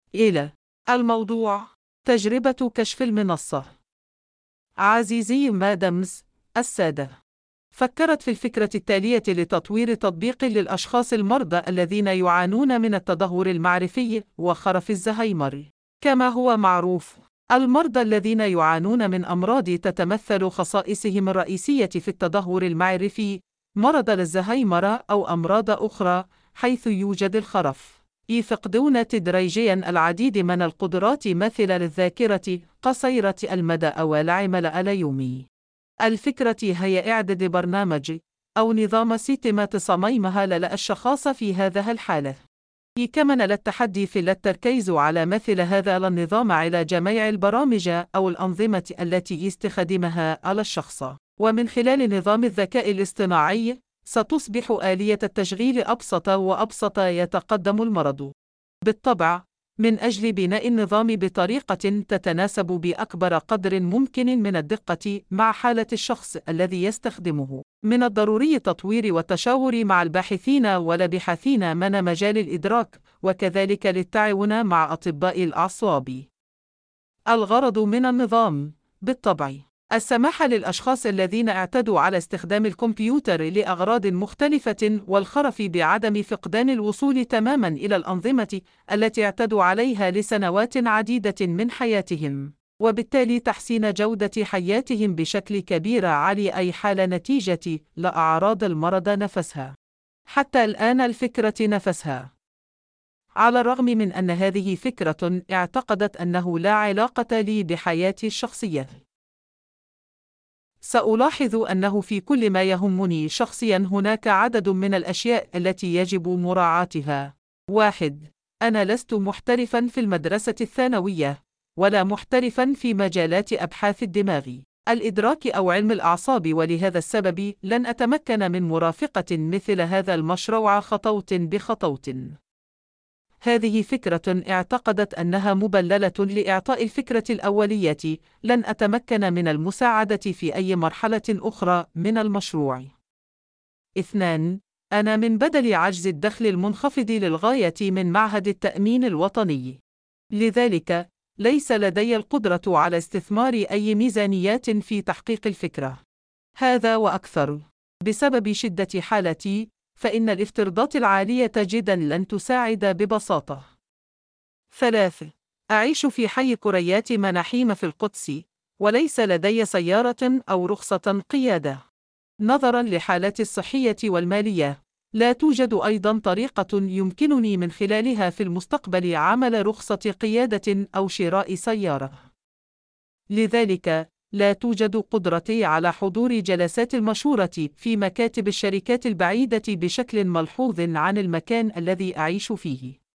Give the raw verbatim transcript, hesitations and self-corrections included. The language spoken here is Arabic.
إلى الموضوع: تجربة كشف المنصة. عزيزي مادامز السادة، فكرت في الفكرة التالية لتطوير تطبيق للأشخاص المرضى الذين يعانون من التدهور المعرفي وخرف الزهايمر. كما هو معروف، المرضى الذين يعانون من أمراض تتمثل خصائصهم الرئيسية في التدهور المعرفي، مرض الزهايمر أو أمراض أخرى، حيث يوجد الخرف، يفقدون تدريجيا العديد من القدرات مثل الذاكرة قصيرة المدى أو العمل اليومي. الفكرة هي إعداد برنامج أو نظام سيستم تصميمها للأشخاص في هذه الحالة. كمن للتحدي في التركيز على مثل هذا النظام على جميع البرامج أو الأنظمة التي يستخدمها على الشخص، ومن خلال نظام الذكاء الاصطناعي ستصبح آلية التشغيل أبسط وأبسط يتقدم المرض. بالطبع، من أجل بناء النظام بطريقة تتناسب بأكبر قدر ممكن من الدقة مع حالة الشخص الذي يستخدمه، من الضروري تطوير والتشاور مع الباحثين والباحثين من مجال الإدراك، وكذلك للتعاون مع أطباء الأعصاب. الغرض من النظام، بالطبع، السماح للأشخاص الذين اعتادوا على استخدام الكمبيوتر لأغراض مختلفة والخرف بعدم فقدان الوصول تماماً إلى الأنظمة التي اعتادوا عليها لسنوات عديدة من حياتهم، وبالتالي تحسين جودة حياتهم بشكل كبير على أي حال نتيجة لأعراض المرض نفسها. حتى الآن الفكرة نفسها، على الرغم من أن هذه فكرة اعتقدت أنه لا علاقة لي بحياتي الشخصية، سألاحظ أنه في كل ما يهمني شخصياً هناك عدد من الأشياء التي يجب مراعاتها. واحد. أنا لست محترفاً في المدرسة الثانوية، ولا محترفاً في مجالات أبحاث الدماغ، الإدراك أو علم الأعصاب، ولهذا السبب لن أتمكن من مرافقة مثل هذا المشروع خطوة بخطوة. هذه فكرة اعتقدت أنها مبللة لإعطاء الفكرة الأولية، لن أتمكن من المساعدة في أي مرحلة أخرى من المشروع. اثنان. أنا من بدل عجز الدخل المنخفض للغاية من معهد التأمين الوطني، لذلك ليس لدي القدرة على استثمار أي ميزانيات في تحقيق الفكرة. هذا وأكثر، بسبب شدة حالتي، فإن الافتراضات العالية جداً لن تساعد ببساطة. ثلاثة. أعيش في حي كريات مناحيم في القدس، وليس لدي سيارة أو رخصة قيادة. نظراً لحالتي الصحية والمالية، لا توجد أيضاً طريقة يمكنني من خلالها في المستقبل عمل رخصة قيادة أو شراء سيارة. لذلك، لا توجد قدرتي على حضور جلسات المشورة في مكاتب الشركات البعيدة بشكل ملحوظ عن المكان الذي أعيش فيه.